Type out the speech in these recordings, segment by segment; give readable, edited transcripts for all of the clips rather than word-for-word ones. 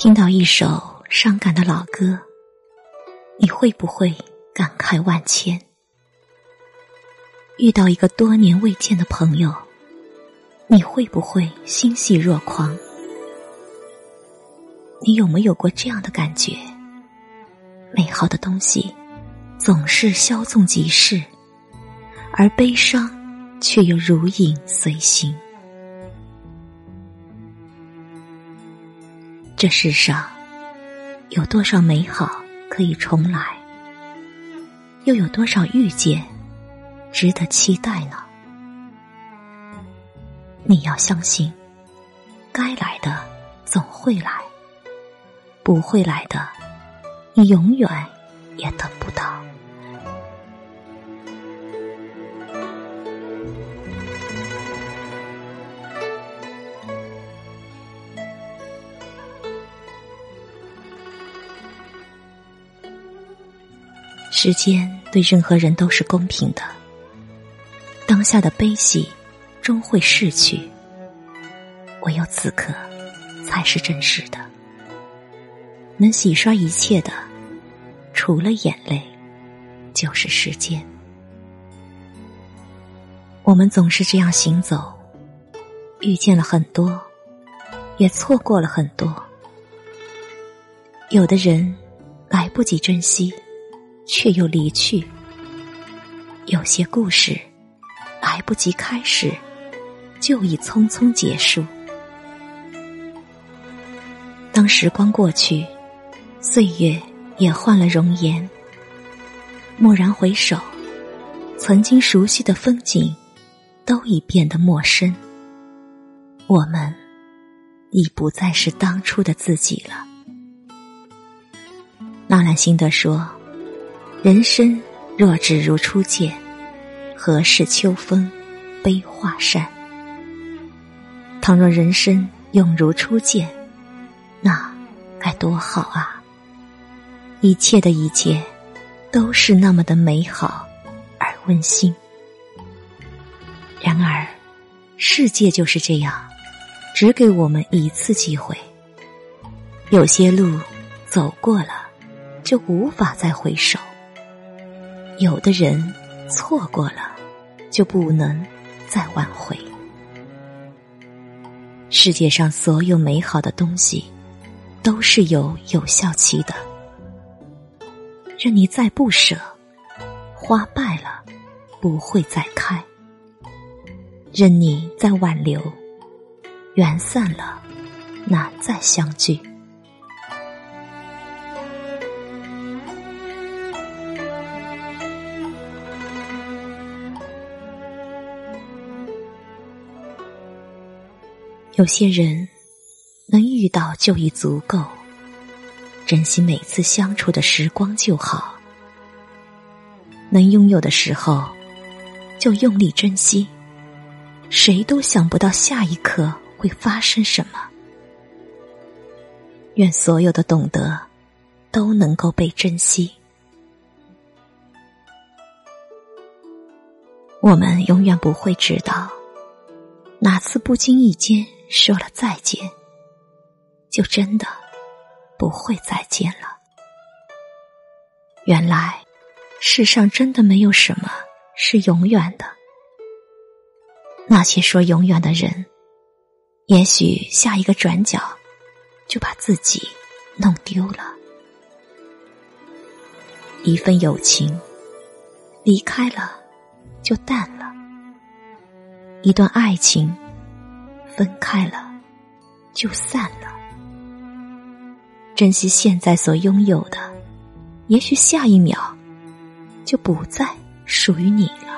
听到一首伤感的老歌，你会不会感慨万千？遇到一个多年未见的朋友，你会不会欣喜若狂？你有没有过这样的感觉？美好的东西总是稍纵即逝，而悲伤却又如影随形。这世上有多少美好可以重来，又有多少遇见值得期待呢？你要相信，该来的总会来，不会来的你永远也等不到。时间对任何人都是公平的，当下的悲喜终会逝去，唯有此刻才是真实的。能洗刷一切的，除了眼泪，就是时间。我们总是这样行走，遇见了很多，也错过了很多。有的人来不及珍惜，却又离去；有些故事来不及开始，就已匆匆结束。当时光过去，岁月也换了容颜，蓦然回首，曾经熟悉的风景都已变得陌生，我们已不再是当初的自己了。纳兰性德说，人生若只如初见，何事秋风悲画扇。倘若人生永如初见，那该多好啊！一切的一切都是那么的美好而温馨。然而世界就是这样，只给我们一次机会。有些路走过了，就无法再回首；有的人错过了，就不能再挽回。世界上所有美好的东西都是有效期的，任你再不舍，花败了不会再开；任你再挽留，缘散了难再相聚。有些人能遇到就已足够，珍惜每次相处的时光就好。能拥有的时候就用力珍惜，谁都想不到下一刻会发生什么。愿所有的懂得都能够被珍惜。我们永远不会知道，哪次不经意间说了再见，就真的不会再见了。原来世上真的没有什么是永远的。那些说永远的人，也许下一个转角就把自己弄丢了。一份友情离开了就淡了，一段爱情分开了就散了。珍惜现在所拥有的，也许下一秒就不再属于你了。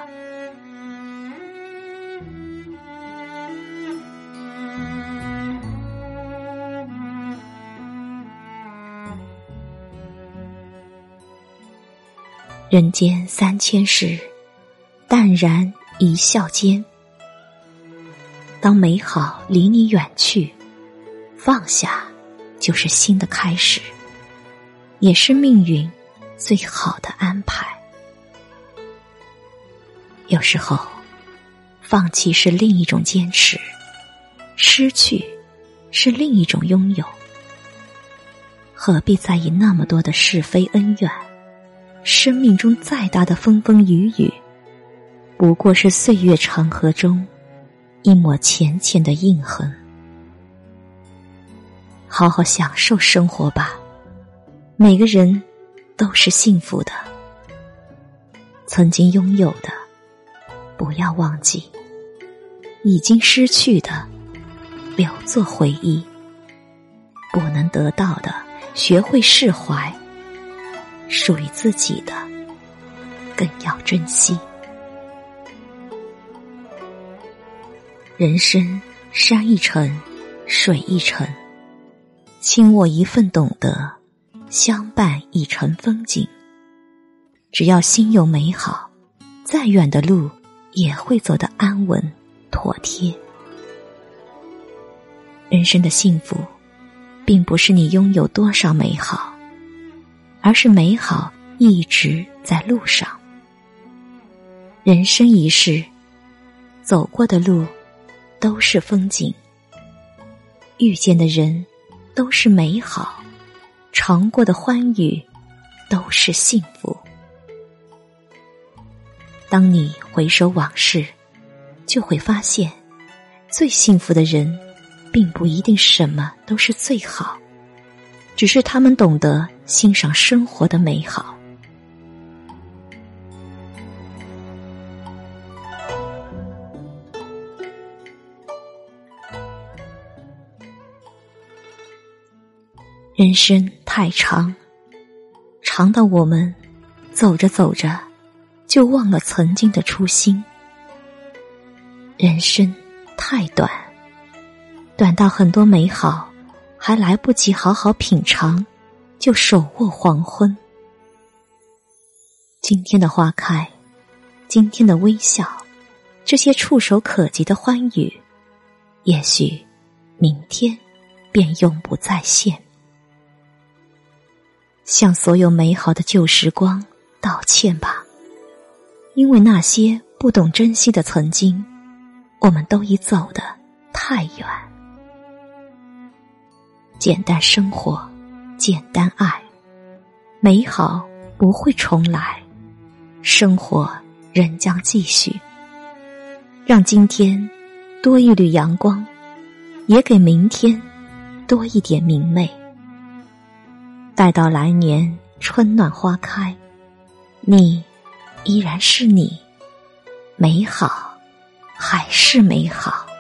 人间三千事，淡然一笑间。当美好离你远去，放下就是新的开始，也是命运最好的安排。有时候放弃是另一种坚持，失去是另一种拥有。 何必在意那么多的是非恩怨？生命中再大的风风雨雨，不过是岁月长河中一抹浅浅的印痕。好好享受生活吧，每个人都是幸福的。曾经拥有的，不要忘记；已经失去的，留作回忆。不能得到的，学会释怀；属于自己的，更要珍惜。人生山一程，水一程，轻握一份懂得，相伴一程风景。只要心有美好，再远的路也会走得安稳妥帖。人生的幸福并不是你拥有多少美好，而是美好一直在路上。人生一世，走过的路都是风景，遇见的人都是美好，尝过的欢愉都是幸福。当你回首往事，就会发现，最幸福的人并不一定什么都是最好，只是他们懂得欣赏生活的美好。人生太长，长到我们走着走着就忘了曾经的初心。人生太短，短到很多美好还来不及好好品尝，就手握黄昏。今天的花开，今天的微笑，这些触手可及的欢愉，也许明天便永不再现。向所有美好的旧时光道歉吧，因为那些不懂珍惜的曾经，我们都已走得太远。简单生活，简单爱，美好不会重来，生活仍将继续。让今天多一缕阳光，也给明天多一点明媚。待到来年春暖花开，你依然是你，美好还是美好。